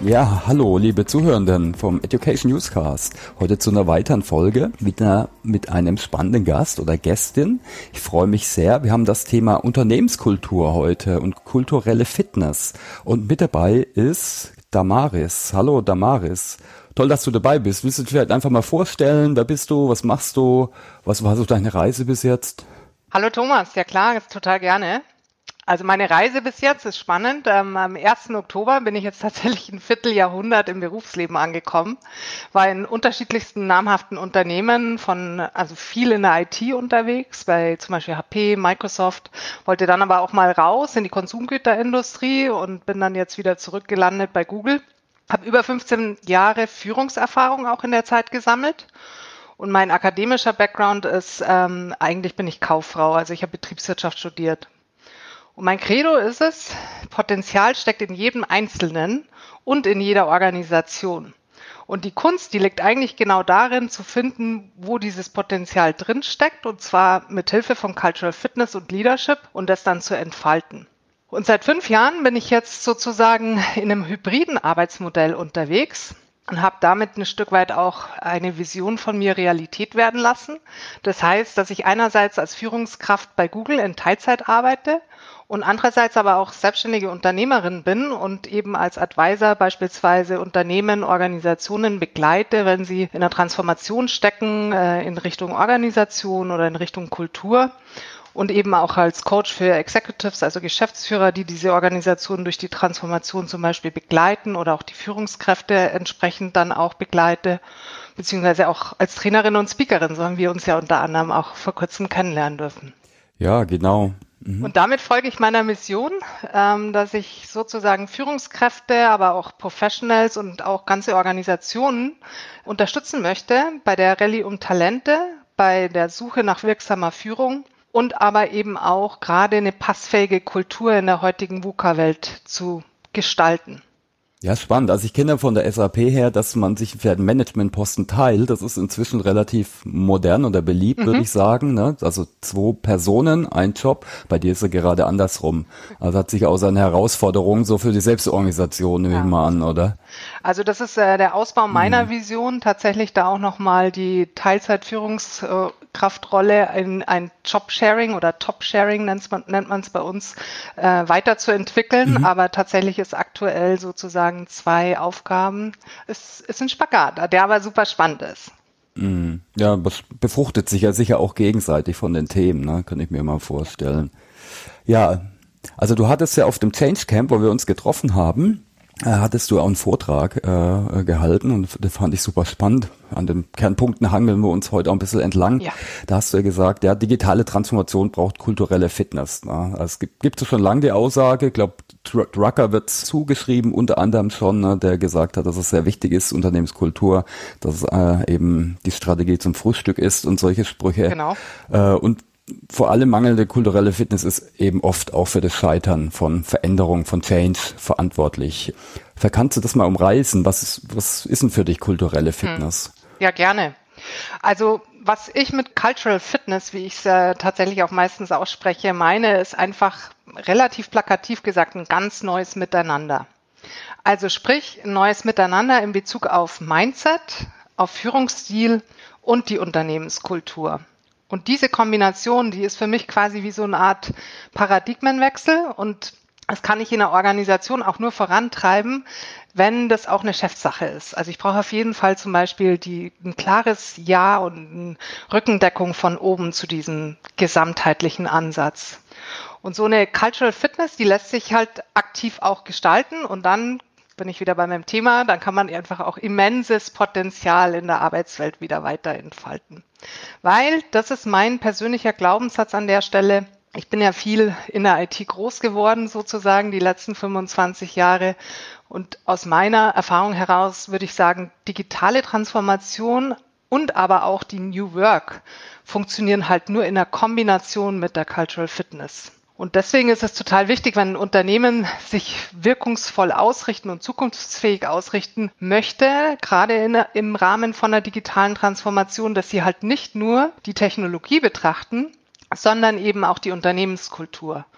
Ja, hallo, liebe Zuhörenden vom Education Newscast. Heute zu einer weiteren Folge mit einem spannenden Gast oder Gästin. Ich freue mich sehr. Wir haben das Thema Unternehmenskultur heute und kulturelle Fitness. Und mit dabei ist Damaris. Hallo, Damaris. Toll, dass du dabei bist. Willst du dich vielleicht einfach mal vorstellen? Wer bist du? Was machst du? Was war so deine Reise bis jetzt? Hallo Thomas, ja klar, jetzt total gerne. Also meine Reise bis jetzt ist spannend. Am 1. Oktober bin ich jetzt tatsächlich ein Vierteljahrhundert im Berufsleben angekommen, war in unterschiedlichsten namhaften Unternehmen also viel in der IT unterwegs, bei zum Beispiel HP, Microsoft, wollte dann aber auch mal raus in die Konsumgüterindustrie und bin dann jetzt wieder zurückgelandet bei Google. Habe über 15 Jahre Führungserfahrung auch in der Zeit gesammelt. Und mein akademischer Background ist, eigentlich bin ich Kauffrau, also ich habe Betriebswirtschaft studiert. Und mein Credo ist es, Potenzial steckt in jedem Einzelnen und in jeder Organisation. Und die Kunst, die liegt eigentlich genau darin, zu finden, wo dieses Potenzial drin steckt, und zwar mit Hilfe von Cultural Fitness und Leadership und das dann zu entfalten. Und seit 5 Jahren bin ich jetzt sozusagen in einem hybriden Arbeitsmodell unterwegs und habe damit ein Stück weit auch eine Vision von mir Realität werden lassen. Das heißt, dass ich einerseits als Führungskraft bei Google in Teilzeit arbeite und andererseits aber auch selbstständige Unternehmerin bin und eben als Advisor beispielsweise Unternehmen, Organisationen begleite, wenn sie in der Transformation stecken, in Richtung Organisation oder in Richtung Kultur. Und eben auch als Coach für Executives, also Geschäftsführer, die diese Organisationen durch die Transformation zum Beispiel begleiten oder auch die Führungskräfte entsprechend dann auch begleite, beziehungsweise auch als Trainerin und Speakerin, so haben wir uns ja unter anderem auch vor kurzem kennenlernen dürfen. Ja, genau. Und damit folge ich meiner Mission, dass ich sozusagen Führungskräfte, aber auch Professionals und auch ganze Organisationen unterstützen möchte bei der Rallye um Talente, bei der Suche nach wirksamer Führung und aber eben auch gerade eine passfähige Kultur in der heutigen VUCA-Welt zu gestalten. Ja, spannend. Also ich kenne ja von der SAP her, dass man sich für einen Managementposten teilt. Das ist inzwischen relativ modern oder beliebt, würde ich sagen. Ne? Also 2 Personen, ein Job. Bei dir ist es gerade andersrum. Also hat sich auch seine Herausforderung so für die Selbstorganisation, nehme ich mal an, oder? Also das ist der Ausbau meiner Vision, tatsächlich da auch nochmal die Teilzeitführungskraftrolle in ein Jobsharing oder Top-Sharing nennt man es bei uns, weiterzuentwickeln. Aber tatsächlich ist aktuell sozusagen 2 Aufgaben. Es ist ein Spagat, der aber super spannend ist. Ja, das befruchtet sich ja sicher auch gegenseitig von den Themen, ne? Kann ich mir mal vorstellen. Ja, also du hattest ja auf dem Change Camp, wo wir uns getroffen haben, hattest du auch einen Vortrag gehalten und das fand ich super spannend. An den Kernpunkten hangeln wir uns heute auch ein bisschen entlang. Ja. Da hast du ja gesagt, ja, digitale Transformation braucht kulturelle Fitness. Ne? Also es gibt schon lange die Aussage, ich glaube, Drucker wird zugeschrieben, unter anderem schon, ne, der gesagt hat, dass es sehr wichtig ist, Unternehmenskultur, dass es eben die Strategie zum Frühstück ist und solche Sprüche. Genau. Und vor allem mangelnde kulturelle Fitness ist eben oft auch für das Scheitern von Veränderung, von Change verantwortlich. Kannst du das mal umreißen? Was ist denn für dich kulturelle Fitness? Ja, gerne. Also was ich mit Cultural Fitness, wie ich es tatsächlich auch meistens ausspreche, meine, ist einfach relativ plakativ gesagt ein ganz neues Miteinander. Also sprich, ein neues Miteinander in Bezug auf Mindset, auf Führungsstil und die Unternehmenskultur. Und diese Kombination, die ist für mich quasi wie so eine Art Paradigmenwechsel, und das kann ich in der Organisation auch nur vorantreiben, wenn das auch eine Chefsache ist. Also ich brauche auf jeden Fall zum Beispiel ein klares Ja und eine Rückendeckung von oben zu diesem gesamtheitlichen Ansatz. Und so eine Cultural Fitness, die lässt sich halt aktiv auch gestalten, und dann bin ich wieder bei meinem Thema, dann kann man einfach auch immenses Potenzial in der Arbeitswelt wieder weiter entfalten. Weil, das ist mein persönlicher Glaubenssatz an der Stelle, ich bin ja viel in der IT groß geworden, sozusagen, die letzten 25 Jahre. Und aus meiner Erfahrung heraus würde ich sagen, digitale Transformation und aber auch die New Work funktionieren halt nur in der Kombination mit der Cultural Fitness. Und deswegen ist es total wichtig, wenn ein Unternehmen sich wirkungsvoll ausrichten und zukunftsfähig ausrichten möchte, gerade im Rahmen von der digitalen Transformation, dass sie halt nicht nur die Technologie betrachten, sondern eben auch die Unternehmenskultur.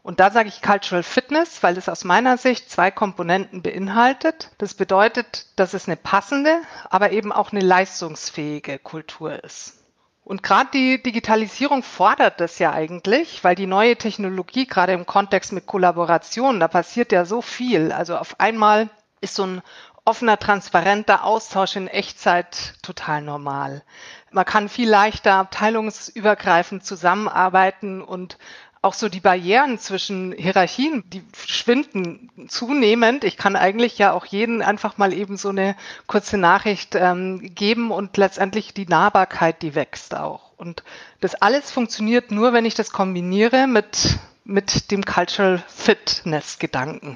Und da sage ich Cultural Fitness, weil es aus meiner Sicht 2 Komponenten beinhaltet. Das bedeutet, dass es eine passende, aber eben auch eine leistungsfähige Kultur ist. Und gerade die Digitalisierung fordert das ja eigentlich, weil die neue Technologie, gerade im Kontext mit Kollaboration, da passiert ja so viel. Also auf einmal ist so ein offener, transparenter Austausch in Echtzeit total normal. Man kann viel leichter abteilungsübergreifend zusammenarbeiten und auch so die Barrieren zwischen Hierarchien, die schwinden zunehmend. Ich kann eigentlich ja auch jeden einfach mal eben so eine kurze Nachricht geben und letztendlich die Nahbarkeit, die wächst auch. Und das alles funktioniert nur, wenn ich das kombiniere mit dem Cultural Fitness Gedanken.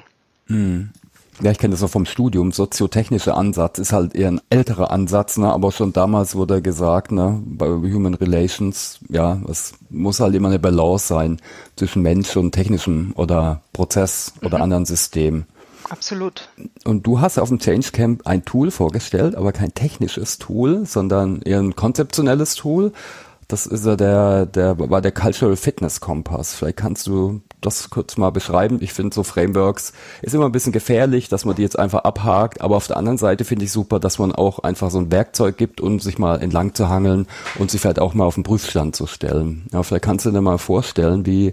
Ja, ich kenne das noch vom Studium. Soziotechnischer Ansatz ist halt eher ein älterer Ansatz, ne? Aber schon damals wurde gesagt, ne, bei Human Relations, ja, es muss halt immer eine Balance sein zwischen Mensch und technischem oder Prozess oder anderen System. Absolut. Und du hast auf dem Change Camp ein Tool vorgestellt, aber kein technisches Tool, sondern eher ein konzeptionelles Tool. Das ist ja der Cultural Fitness Kompass. Vielleicht kannst du das kurz mal beschreiben. Ich finde so Frameworks ist immer ein bisschen gefährlich, dass man die jetzt einfach abhakt. Aber auf der anderen Seite finde ich super, dass man auch einfach so ein Werkzeug gibt, um sich mal entlang zu hangeln und sich vielleicht auch mal auf den Prüfstand zu stellen. Ja, vielleicht kannst du dir mal vorstellen, wie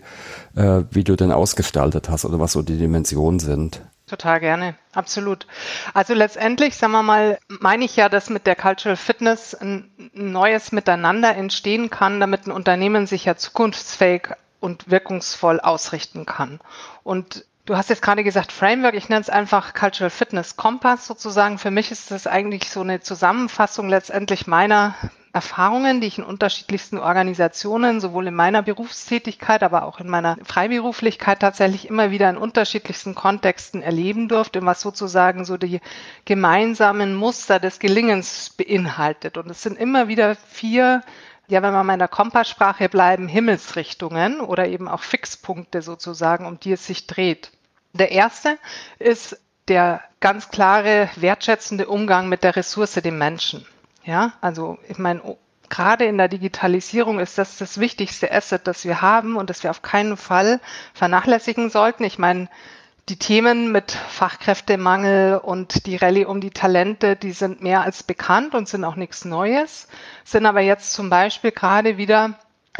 du denn ausgestaltet hast oder was so die Dimensionen sind. Total gerne, absolut. Also letztendlich, sagen wir mal, meine ich ja, dass mit der Cultural Fitness ein neues Miteinander entstehen kann, damit ein Unternehmen sich ja zukunftsfähig und wirkungsvoll ausrichten kann. Und du hast jetzt gerade gesagt Framework, ich nenne es einfach Cultural Fitness Kompass sozusagen. Für mich ist das eigentlich so eine Zusammenfassung letztendlich meiner Erfahrungen, die ich in unterschiedlichsten Organisationen, sowohl in meiner Berufstätigkeit, aber auch in meiner Freiberuflichkeit tatsächlich immer wieder in unterschiedlichsten Kontexten erleben durfte, was sozusagen so die gemeinsamen Muster des Gelingens beinhaltet. Und es sind immer wieder 4, ja, wenn wir mal in der Kompasssprache bleiben, Himmelsrichtungen oder eben auch Fixpunkte sozusagen, um die es sich dreht. Der erste ist der ganz klare, wertschätzende Umgang mit der Ressource, dem Menschen. Ja, also ich meine, gerade in der Digitalisierung ist das das wichtigste Asset, das wir haben und das wir auf keinen Fall vernachlässigen sollten. Ich meine, die Themen mit Fachkräftemangel und die Rallye um die Talente, die sind mehr als bekannt und sind auch nichts Neues, sind aber jetzt zum Beispiel gerade wieder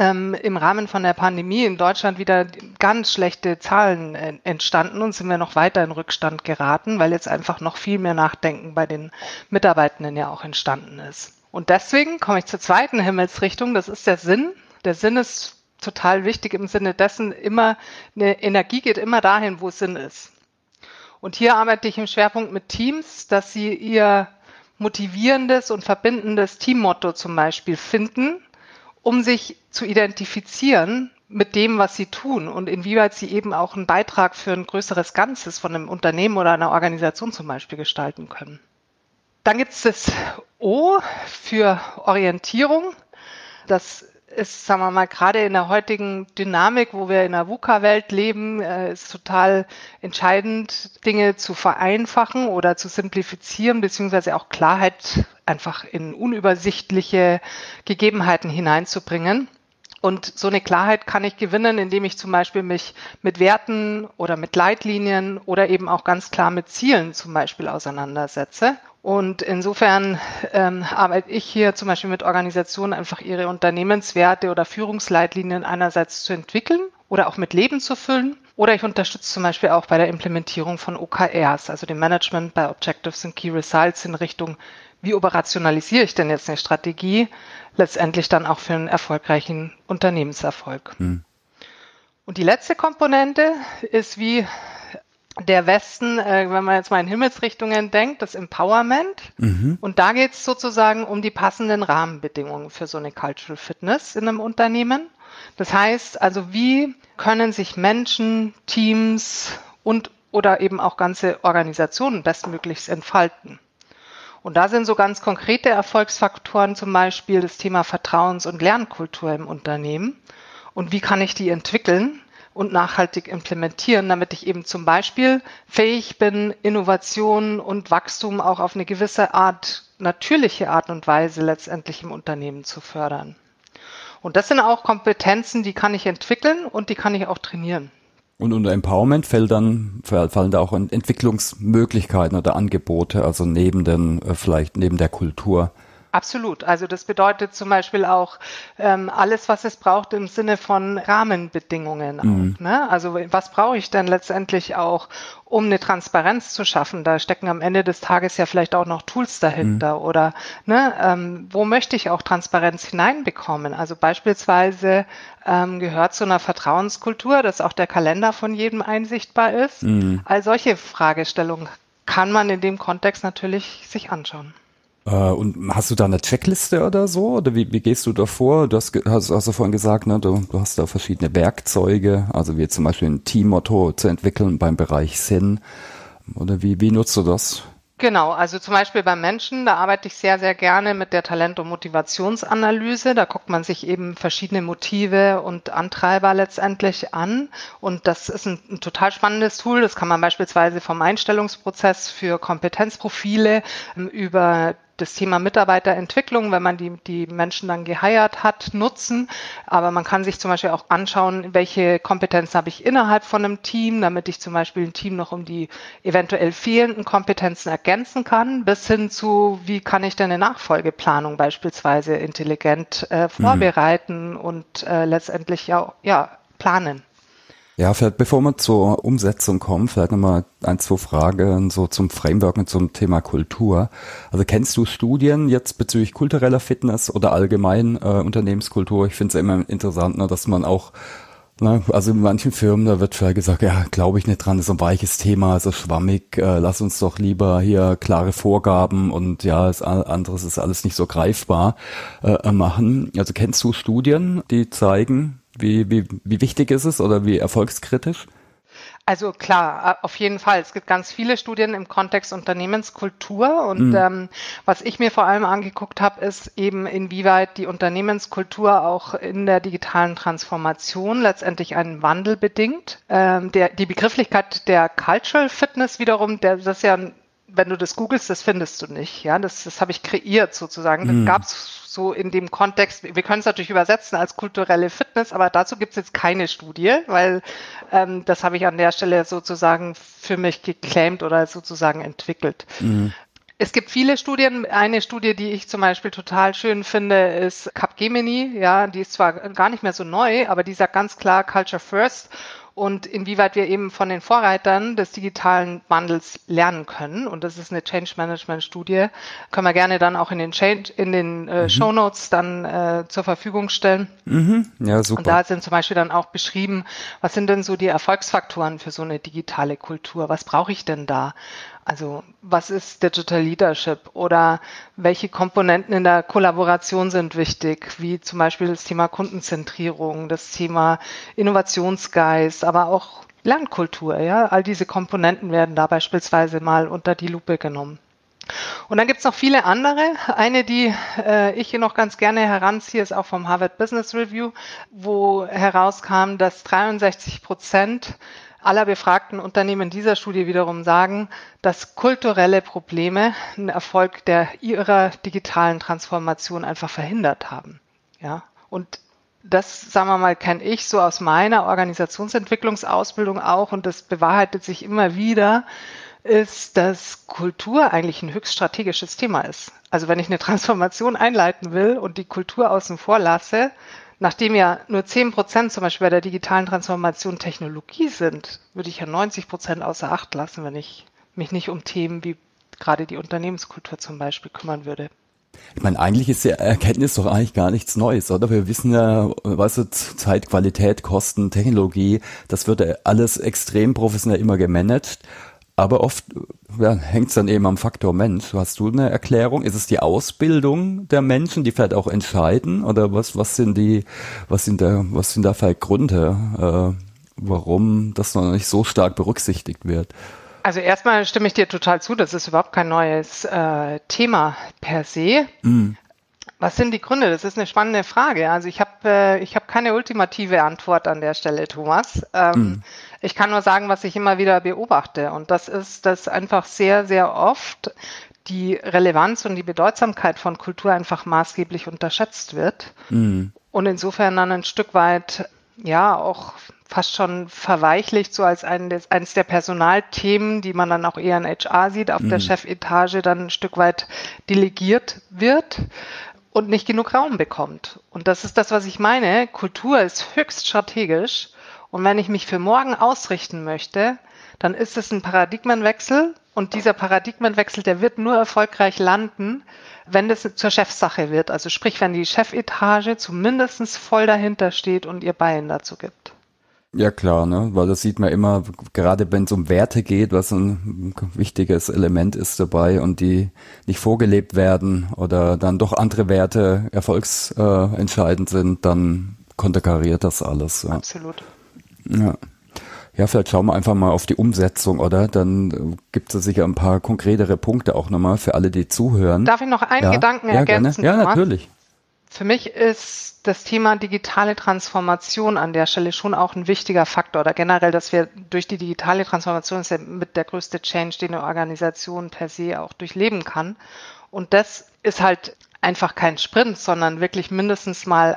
im Rahmen von der Pandemie in Deutschland wieder ganz schlechte Zahlen entstanden und sind wir noch weiter in Rückstand geraten, weil jetzt einfach noch viel mehr Nachdenken bei den Mitarbeitenden ja auch entstanden ist. Und deswegen komme ich zur zweiten Himmelsrichtung, das ist der Sinn. Der Sinn ist total wichtig im Sinne dessen, immer eine Energie geht immer dahin, wo Sinn ist. Und hier arbeite ich im Schwerpunkt mit Teams, dass sie ihr motivierendes und verbindendes Teammotto zum Beispiel finden, um sich zu identifizieren mit dem, was sie tun und inwieweit sie eben auch einen Beitrag für ein größeres Ganzes von einem Unternehmen oder einer Organisation zum Beispiel gestalten können. Dann gibt es das O für Orientierung. Das ist, sagen wir mal, gerade in der heutigen Dynamik, wo wir in der VUCA-Welt leben, ist total entscheidend, Dinge zu vereinfachen oder zu simplifizieren, beziehungsweise auch Klarheit einfach in unübersichtliche Gegebenheiten hineinzubringen. Und so eine Klarheit kann ich gewinnen, indem ich zum Beispiel mich mit Werten oder mit Leitlinien oder eben auch ganz klar mit Zielen zum Beispiel auseinandersetze. Und insofern arbeite ich hier zum Beispiel mit Organisationen, einfach ihre Unternehmenswerte oder Führungsleitlinien einerseits zu entwickeln oder auch mit Leben zu füllen. Oder ich unterstütze zum Beispiel auch bei der Implementierung von OKRs, also dem Management by Objectives and Key Results in Richtung, wie operationalisiere ich denn jetzt eine Strategie, letztendlich dann auch für einen erfolgreichen Unternehmenserfolg. Und die letzte Komponente ist wie der Westen, wenn man jetzt mal in Himmelsrichtungen denkt, das Empowerment. Und da geht es sozusagen um die passenden Rahmenbedingungen für so eine Cultural Fitness in einem Unternehmen. Das heißt also, wie können sich Menschen, Teams und oder eben auch ganze Organisationen bestmöglichst entfalten? Und da sind so ganz konkrete Erfolgsfaktoren zum Beispiel das Thema Vertrauens- und Lernkultur im Unternehmen. Und wie kann ich die entwickeln und nachhaltig implementieren, damit ich eben zum Beispiel fähig bin, Innovation und Wachstum auch auf eine gewisse Art, natürliche Art und Weise letztendlich im Unternehmen zu fördern. Und das sind auch Kompetenzen, die kann ich entwickeln und die kann ich auch trainieren. Und unter Empowerment fallen da auch Entwicklungsmöglichkeiten oder Angebote, also vielleicht neben der Kultur. Absolut. Also das bedeutet zum Beispiel auch alles, was es braucht im Sinne von Rahmenbedingungen auch. Ne? Also was brauche ich denn letztendlich auch, um eine Transparenz zu schaffen? Da stecken am Ende des Tages ja vielleicht auch noch Tools dahinter oder ne, wo möchte ich auch Transparenz hineinbekommen? Also beispielsweise gehört zu einer Vertrauenskultur, dass auch der Kalender von jedem einsichtbar ist. All solche Fragestellungen kann man in dem Kontext natürlich sich anschauen. Und hast du da eine Checkliste oder so? Oder wie gehst du da vor? Hast du vorhin gesagt, ne, du hast da verschiedene Werkzeuge, also wie zum Beispiel ein Teammotto zu entwickeln beim Bereich Sinn. Oder wie nutzt du das? Genau, also zum Beispiel beim Menschen, da arbeite ich sehr, sehr gerne mit der Talent- und Motivationsanalyse. Da guckt man sich eben verschiedene Motive und Antreiber letztendlich an. Und das ist ein total spannendes Tool. Das kann man beispielsweise vom Einstellungsprozess für Kompetenzprofile über das Thema Mitarbeiterentwicklung, wenn man die Menschen dann geheiert hat, nutzen. Aber man kann sich zum Beispiel auch anschauen, welche Kompetenzen habe ich innerhalb von einem Team, damit ich zum Beispiel ein Team noch um die eventuell fehlenden Kompetenzen ergänzen kann, bis hin zu, wie kann ich denn eine Nachfolgeplanung beispielsweise intelligent vorbereiten und letztendlich ja planen. Ja, vielleicht bevor wir zur Umsetzung kommen, vielleicht nochmal ein, zwei Fragen so zum Framework und zum Thema Kultur. Also kennst du Studien jetzt bezüglich kultureller Fitness oder allgemein Unternehmenskultur? Ich finde es ja immer interessant, ne, dass man auch, ne, also in manchen Firmen, da wird vielleicht gesagt, ja, glaube ich nicht dran, ist so ein weiches Thema, so schwammig, lass uns doch lieber hier klare Vorgaben und ja, anderes ist alles nicht so greifbar machen. Also kennst du Studien, die zeigen, wie wichtig ist es oder wie erfolgskritisch? Also klar, auf jeden Fall. Es gibt ganz viele Studien im Kontext Unternehmenskultur und was ich mir vor allem angeguckt habe, ist eben inwieweit die Unternehmenskultur auch in der digitalen Transformation letztendlich einen Wandel bedingt. Die Begrifflichkeit der Cultural Fitness wiederum, das ist ja, wenn du das googelst, das findest du nicht. Ja, das habe ich kreiert sozusagen. Das gab es so in dem Kontext. Wir können es natürlich übersetzen als kulturelle Fitness, aber dazu gibt es jetzt keine Studie, weil das habe ich an der Stelle sozusagen für mich geclaimed oder sozusagen entwickelt. Es gibt viele Studien. Eine Studie, die ich zum Beispiel total schön finde, ist Capgemini. Ja, die ist zwar gar nicht mehr so neu, aber die sagt ganz klar Culture First. Und inwieweit wir eben von den Vorreitern des digitalen Wandels lernen können. Und das ist eine Change Management Studie. Können wir gerne dann auch in den Shownotes dann zur Verfügung stellen. Ja, super. Und da sind zum Beispiel dann auch beschrieben, was sind denn so die Erfolgsfaktoren für so eine digitale Kultur? Was brauche ich denn da? Also was ist Digital Leadership oder welche Komponenten in der Kollaboration sind wichtig, wie zum Beispiel das Thema Kundenzentrierung, das Thema Innovationsgeist, aber auch Lernkultur. Ja? All diese Komponenten werden da beispielsweise mal unter die Lupe genommen. Und dann gibt es noch viele andere. Eine, die ich hier noch ganz gerne heranziehe, ist auch vom Harvard Business Review, wo herauskam, dass 63% aller befragten Unternehmen dieser Studie wiederum sagen, dass kulturelle Probleme einen Erfolg ihrer digitalen Transformation einfach verhindert haben. Ja, und das, sagen wir mal, kenne ich so aus meiner Organisationsentwicklungsausbildung auch und das bewahrheitet sich immer wieder, ist, dass Kultur eigentlich ein höchst strategisches Thema ist. Also wenn ich eine Transformation einleiten will und die Kultur außen vor lasse, nachdem ja nur 10% zum Beispiel bei der digitalen Transformation Technologie sind, würde ich ja 90% außer Acht lassen, wenn ich mich nicht um Themen wie gerade die Unternehmenskultur zum Beispiel kümmern würde. Ich meine, eigentlich ist ja Erkenntnis doch eigentlich gar nichts Neues, oder? Wir wissen ja, weißt du, Zeit, Qualität, Kosten, Technologie, das wird ja alles extrem professionell immer gemanagt. Aber oft hängt es dann eben am Faktor Mensch. Hast du eine Erklärung? Ist es die Ausbildung der Menschen, die vielleicht auch entscheiden? Oder was sind da vielleicht Gründe, warum das noch nicht so stark berücksichtigt wird? Also erstmal stimme ich dir total zu, das ist überhaupt kein neues Thema per se. Was sind die Gründe? Das ist eine spannende Frage. Also ich hab keine ultimative Antwort an der Stelle, Thomas. Ich kann nur sagen, was ich immer wieder beobachte. Und das ist, dass einfach sehr, sehr oft die Relevanz und die Bedeutsamkeit von Kultur einfach maßgeblich unterschätzt wird. Und insofern dann ein Stück weit ja auch fast schon verweichlicht, so als eines der Personalthemen, die man dann auch eher in HR sieht, auf der Chefetage dann ein Stück weit delegiert wird und nicht genug Raum bekommt. Und das ist das, was ich meine. Kultur ist höchst strategisch. Und wenn ich mich für morgen ausrichten möchte, dann ist es ein Paradigmenwechsel. Und dieser Paradigmenwechsel, der wird nur erfolgreich landen, wenn das zur Chefsache wird. Also sprich, wenn die Chefetage zumindest voll dahinter steht und ihr Bein dazu gibt. Ja klar, ne? Weil das sieht man immer, gerade wenn es um Werte geht, was ein wichtiges Element ist dabei und die nicht vorgelebt werden oder dann doch andere Werte erfolgsentscheidend sind, dann konterkariert das alles. Ja. Absolut. Ja. Ja, vielleicht schauen wir einfach mal auf die Umsetzung, oder? Dann gibt es sicher ein paar konkretere Punkte auch nochmal für alle, die zuhören. Darf ich noch einen Gedanken ergänzen? Gerne. Ja, natürlich. Für mich ist das Thema digitale Transformation an der Stelle schon auch ein wichtiger Faktor oder generell, dass wir durch die digitale Transformation ist ja mit der größte Change, den eine Organisation per se auch durchleben kann. Und das ist halt einfach kein Sprint, sondern wirklich mindestens mal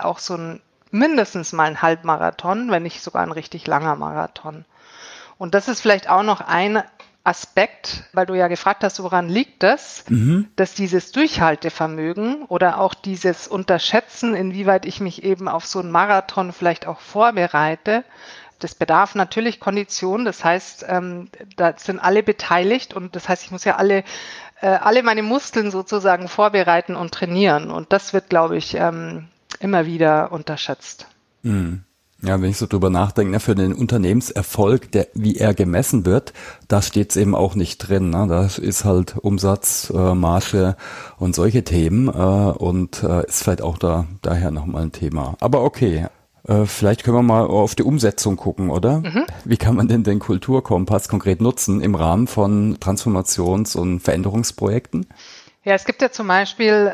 ein Halbmarathon, wenn nicht sogar ein richtig langer Marathon. Und das ist vielleicht auch noch ein Aspekt, weil du ja gefragt hast, woran liegt das, dass dieses Durchhaltevermögen oder auch dieses Unterschätzen, inwieweit ich mich eben auf so einen Marathon vielleicht auch vorbereite, das bedarf natürlich Kondition, das heißt, da sind alle beteiligt und das heißt, ich muss ja alle meine Muskeln sozusagen vorbereiten und trainieren und das wird, glaube ich, immer wieder unterschätzt. Ja, wenn ich so drüber nachdenke, ne, für den Unternehmenserfolg, wie er gemessen wird, da steht es eben auch nicht drin. Ne? Da ist halt Umsatz, Marge und solche Themen und ist vielleicht auch daher nochmal ein Thema. Aber okay, vielleicht können wir mal auf die Umsetzung gucken, oder? Wie kann man denn den Kulturkompass konkret nutzen im Rahmen von Transformations- und Veränderungsprojekten? Ja, es gibt ja zum Beispiel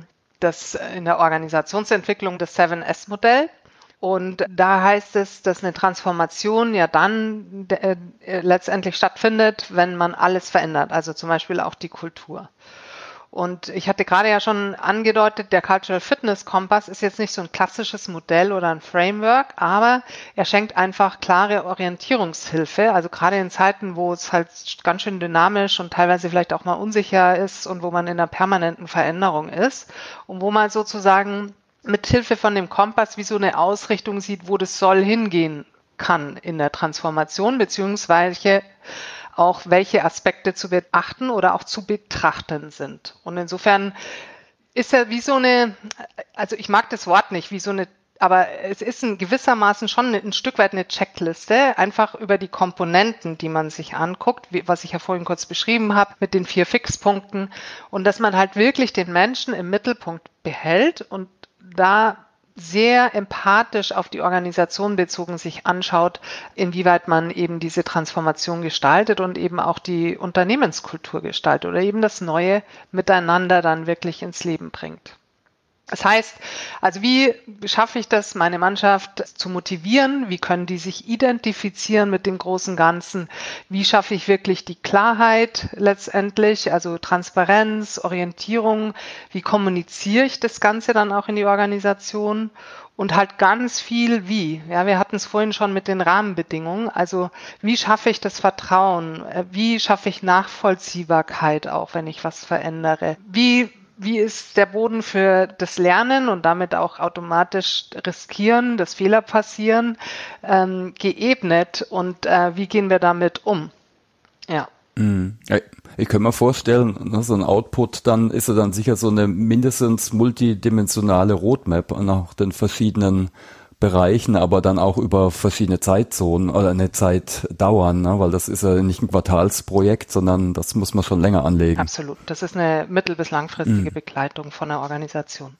das in der Organisationsentwicklung das 7S-Modell. Und da heißt es, dass eine Transformation ja dann letztendlich stattfindet, wenn man alles verändert, also zum Beispiel auch die Kultur. Und ich hatte gerade ja schon angedeutet, der Cultural Fitness Kompass ist jetzt nicht so ein klassisches Modell oder ein Framework, aber er schenkt einfach klare Orientierungshilfe. Also gerade in Zeiten, wo es halt ganz schön dynamisch und teilweise vielleicht auch mal unsicher ist und wo man in einer permanenten Veränderung ist und wo man sozusagen mit Hilfe von dem Kompass wie so eine Ausrichtung sieht, wo das soll hingehen kann in der Transformation, beziehungsweise auch welche Aspekte zu beachten oder auch zu betrachten sind. Und insofern ist er wie so eine, also ich mag das Wort nicht, wie so eine, aber es ist gewissermaßen schon ein Stück weit eine Checkliste, einfach über die Komponenten, die man sich anguckt, was ich ja vorhin kurz beschrieben habe, mit den 4 Fixpunkten und dass man halt wirklich den Menschen im Mittelpunkt behält und da sehr empathisch auf die Organisation bezogen sich anschaut, inwieweit man eben diese Transformation gestaltet und eben auch die Unternehmenskultur gestaltet oder eben das neue Miteinander dann wirklich ins Leben bringt. Das heißt, also wie schaffe ich das, meine Mannschaft zu motivieren? Wie können die sich identifizieren mit dem großen Ganzen? Wie schaffe ich wirklich die Klarheit letztendlich, also Transparenz, Orientierung? Wie kommuniziere ich das Ganze dann auch in die Organisation? Und halt ganz viel wie. Ja, wir hatten es vorhin schon mit den Rahmenbedingungen. Also wie schaffe ich das Vertrauen? Wie schaffe ich Nachvollziehbarkeit auch, wenn ich was verändere? Wie ist der Boden für das Lernen und damit auch automatisch riskieren, dass Fehler passieren, geebnet und wie gehen wir damit um? Ja. Ich kann mir vorstellen, so ein Output, dann ist er dann sicher so eine mindestens multidimensionale Roadmap nach den verschiedenen Bereichen, aber dann auch über verschiedene Zeitzonen oder eine Zeit dauern, ne? Weil das ist ja nicht ein Quartalsprojekt, sondern das muss man schon länger anlegen. Absolut. Das ist eine mittel- bis langfristige Begleitung von der Organisation.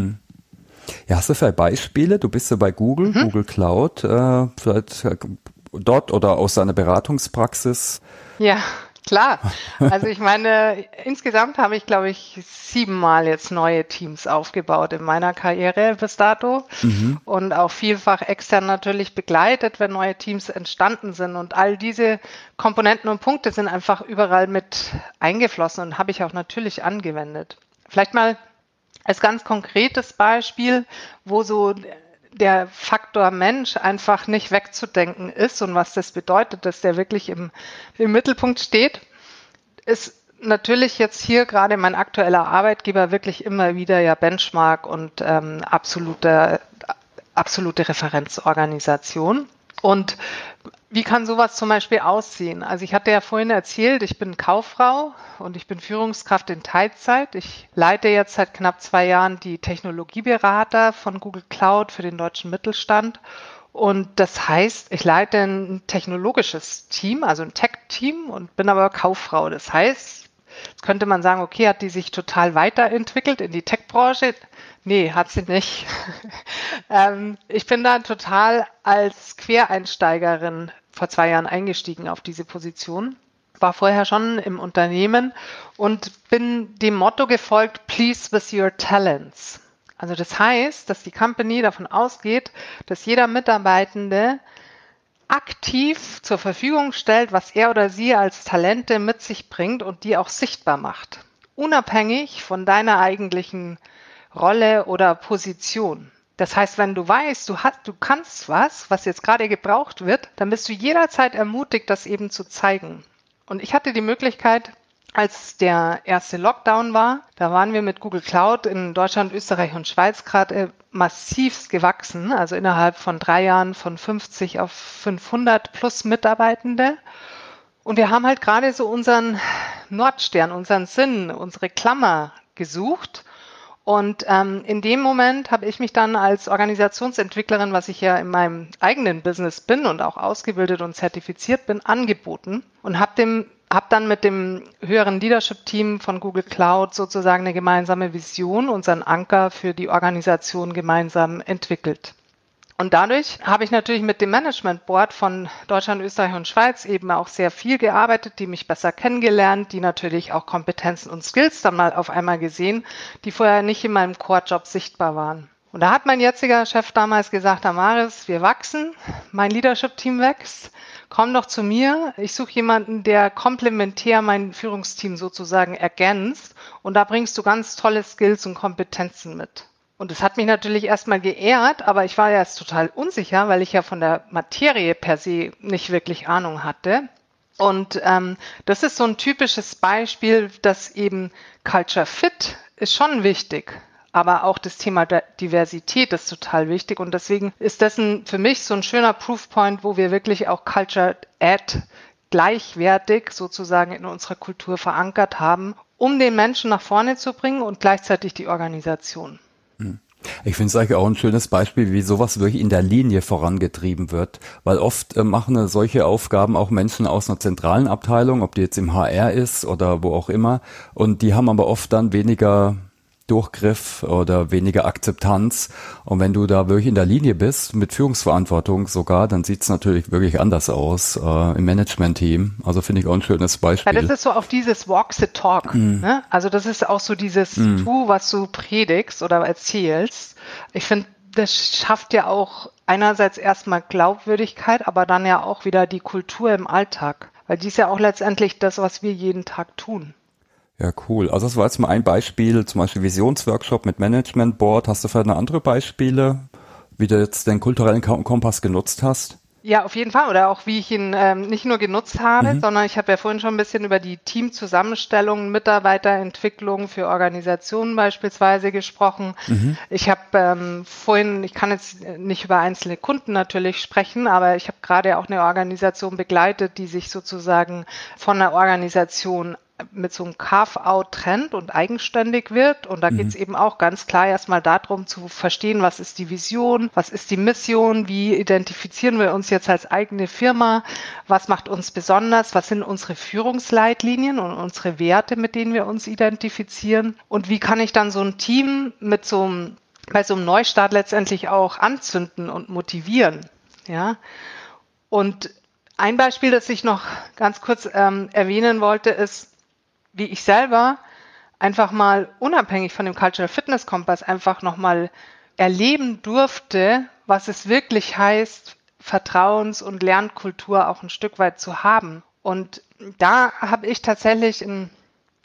Ja, hast du vielleicht Beispiele? Du bist ja bei Google, Google Cloud, vielleicht dort oder aus deiner Beratungspraxis? Ja, klar. Also ich meine, insgesamt habe ich, glaube ich, 7-mal jetzt neue Teams aufgebaut in meiner Karriere bis dato und auch vielfach extern natürlich begleitet, wenn neue Teams entstanden sind. Und all diese Komponenten und Punkte sind einfach überall mit eingeflossen und habe ich auch natürlich angewendet. Vielleicht mal als ganz konkretes Beispiel, wo so der Faktor Mensch einfach nicht wegzudenken ist und was das bedeutet, dass der wirklich im Mittelpunkt steht, ist natürlich jetzt hier gerade mein aktueller Arbeitgeber wirklich immer wieder ja Benchmark und absolute Referenzorganisation. Und wie kann sowas zum Beispiel aussehen? Also ich hatte ja vorhin erzählt, ich bin Kauffrau und ich bin Führungskraft in Teilzeit. Ich leite jetzt seit knapp 2 Jahren die Technologieberater von Google Cloud für den deutschen Mittelstand. Und das heißt, ich leite ein technologisches Team, also ein Tech-Team und bin aber Kauffrau. Das heißt, jetzt könnte man sagen, okay, hat die sich total weiterentwickelt in die Tech-Branche? Nee, hat sie nicht. Ich bin da total als Quereinsteigerin vor 2 Jahren eingestiegen auf diese Position. War vorher schon im Unternehmen und bin dem Motto gefolgt, please with your talents. Also das heißt, dass die Company davon ausgeht, dass jeder Mitarbeitende aktiv zur Verfügung stellt, was er oder sie als Talente mit sich bringt und die auch sichtbar macht. Unabhängig von deiner eigentlichen Rolle oder Position. Das heißt, wenn du weißt, du kannst was jetzt gerade gebraucht wird, dann bist du jederzeit ermutigt, das eben zu zeigen. Und ich hatte die Möglichkeit, als der erste Lockdown war, da waren wir mit Google Cloud in Deutschland, Österreich und Schweiz gerade massivst gewachsen, also innerhalb von 3 Jahren von 50 auf 500 plus Mitarbeitende. Und wir haben halt gerade so unseren Nordstern, unseren Sinn, unsere Klammer gesucht. Und in dem Moment habe ich mich dann als Organisationsentwicklerin, was ich ja in meinem eigenen Business bin und auch ausgebildet und zertifiziert bin, angeboten und habe dann mit dem höheren Leadership-Team von Google Cloud sozusagen eine gemeinsame Vision, unseren Anker für die Organisation gemeinsam entwickelt. Und dadurch habe ich natürlich mit dem Management Board von Deutschland, Österreich und Schweiz eben auch sehr viel gearbeitet, die mich besser kennengelernt, die natürlich auch Kompetenzen und Skills dann mal auf einmal gesehen, die vorher nicht in meinem Core-Job sichtbar waren. Und da hat mein jetziger Chef damals gesagt, Damaris, wir wachsen, mein Leadership-Team wächst, komm doch zu mir, ich suche jemanden, der komplementär mein Führungsteam sozusagen ergänzt und da bringst du ganz tolle Skills und Kompetenzen mit. Und es hat mich natürlich erstmal geehrt, aber ich war ja jetzt total unsicher, weil ich ja von der Materie per se nicht wirklich Ahnung hatte. Und das ist so ein typisches Beispiel, dass eben Culture Fit ist schon wichtig, aber auch das Thema der Diversität ist total wichtig. Und deswegen ist das für mich so ein schöner Proofpoint, wo wir wirklich auch Culture Add gleichwertig sozusagen in unserer Kultur verankert haben, um den Menschen nach vorne zu bringen und gleichzeitig die Organisation. Ich finde es eigentlich auch ein schönes Beispiel, wie sowas wirklich in der Linie vorangetrieben wird, weil oft machen solche Aufgaben auch Menschen aus einer zentralen Abteilung, ob die jetzt im HR ist oder wo auch immer, und die haben aber oft dann weniger Durchgriff oder weniger Akzeptanz. Und wenn du da wirklich in der Linie bist, mit Führungsverantwortung sogar, dann sieht's natürlich wirklich anders aus im Management-Team. Also finde ich auch ein schönes Beispiel. Ja, das ist so auf dieses Walk the Talk. Ne? Also das ist auch so dieses Tu, was du predigst oder erzählst. Ich finde, das schafft ja auch einerseits erstmal Glaubwürdigkeit, aber dann ja auch wieder die Kultur im Alltag. Weil die ist ja auch letztendlich das, was wir jeden Tag tun. Ja, cool. Also das war jetzt mal ein Beispiel, zum Beispiel Visionsworkshop mit Management Board. Hast du vielleicht noch andere Beispiele, wie du jetzt den kulturellen Kompass genutzt hast? Ja, auf jeden Fall. Oder auch wie ich ihn nicht nur genutzt habe, sondern ich habe ja vorhin schon ein bisschen über die Teamzusammenstellung, Mitarbeiterentwicklung für Organisationen beispielsweise gesprochen. Ich habe vorhin, ich kann jetzt nicht über einzelne Kunden natürlich sprechen, aber ich habe gerade auch eine Organisation begleitet, die sich sozusagen von einer Organisation mit so einem Carve-out trennt und eigenständig wird. Und da geht es eben auch ganz klar erstmal darum zu verstehen, was ist die Vision, was ist die Mission, wie identifizieren wir uns jetzt als eigene Firma, was macht uns besonders, was sind unsere Führungsleitlinien und unsere Werte, mit denen wir uns identifizieren und wie kann ich dann so ein Team bei so einem Neustart letztendlich auch anzünden und motivieren. Ja. Und ein Beispiel, das ich noch ganz kurz erwähnen wollte, ist, wie ich selber einfach mal unabhängig von dem Cultural Fitness Kompass einfach nochmal erleben durfte, was es wirklich heißt, Vertrauens- und Lernkultur auch ein Stück weit zu haben. Und da habe ich tatsächlich ein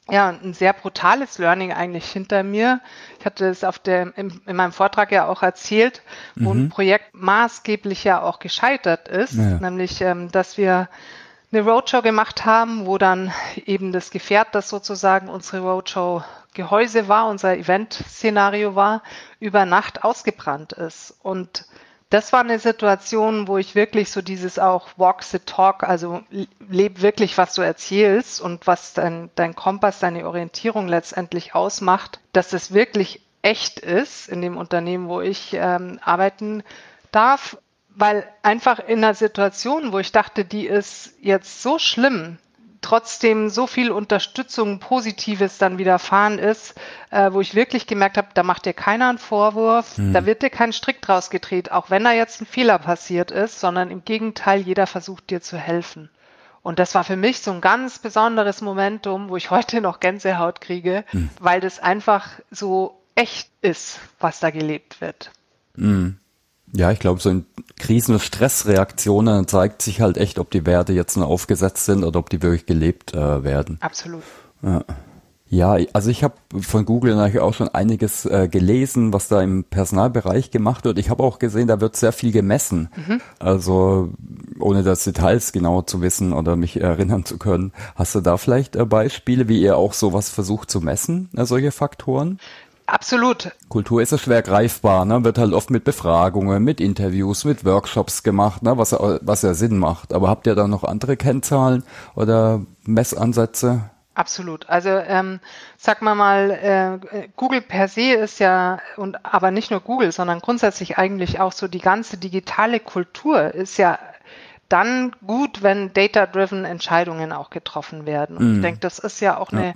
ja, ein sehr brutales Learning eigentlich hinter mir. Ich hatte es in meinem Vortrag ja auch erzählt, wo ein Mhm. Projekt maßgeblich ja auch gescheitert ist, Ja. nämlich, dass wir eine Roadshow gemacht haben, wo dann eben das Gefährt, das sozusagen unsere Roadshow-Gehäuse war, unser Event-Szenario war, über Nacht ausgebrannt ist. Und das war eine Situation, wo ich wirklich so dieses auch walk the talk, also leb wirklich, was du erzählst und was dein Kompass, deine Orientierung letztendlich ausmacht, dass es wirklich echt ist in dem Unternehmen, wo ich arbeiten darf, weil einfach in einer Situation, wo ich dachte, die ist jetzt so schlimm, trotzdem so viel Unterstützung, Positives dann widerfahren ist, wo ich wirklich gemerkt habe, da macht dir keiner einen Vorwurf, da Mhm. wird dir kein Strick draus gedreht, auch wenn da jetzt ein Fehler passiert ist, sondern im Gegenteil, jeder versucht dir zu helfen. Und das war für mich so ein ganz besonderes Momentum, wo ich heute noch Gänsehaut kriege, Mhm. weil das einfach so echt ist, was da gelebt wird. Mhm. Ja, ich glaube, so in Krisen- und Stressreaktionen zeigt sich halt echt, ob die Werte jetzt nur aufgesetzt sind oder ob die wirklich gelebt werden. Absolut. Ja. Ja, also ich habe von Google natürlich auch schon einiges gelesen, was da im Personalbereich gemacht wird. Ich habe auch gesehen, da wird sehr viel gemessen. Also ohne das Details genau zu wissen oder mich erinnern zu können. Hast du da vielleicht Beispiele, wie ihr auch sowas versucht zu messen, solche Faktoren? Absolut. Kultur ist ja schwer greifbar, ne? Wird halt oft mit Befragungen, mit Interviews, mit Workshops gemacht, ne? Was ja Sinn macht. Aber habt ihr da noch andere Kennzahlen oder Messansätze? Absolut. Also sag mal, Google per se ist ja, und aber nicht nur Google, sondern grundsätzlich eigentlich auch so die ganze digitale Kultur ist ja dann gut, wenn data-driven Entscheidungen auch getroffen werden. Und ich denke, Mhm. das ist ja auch Ja. eine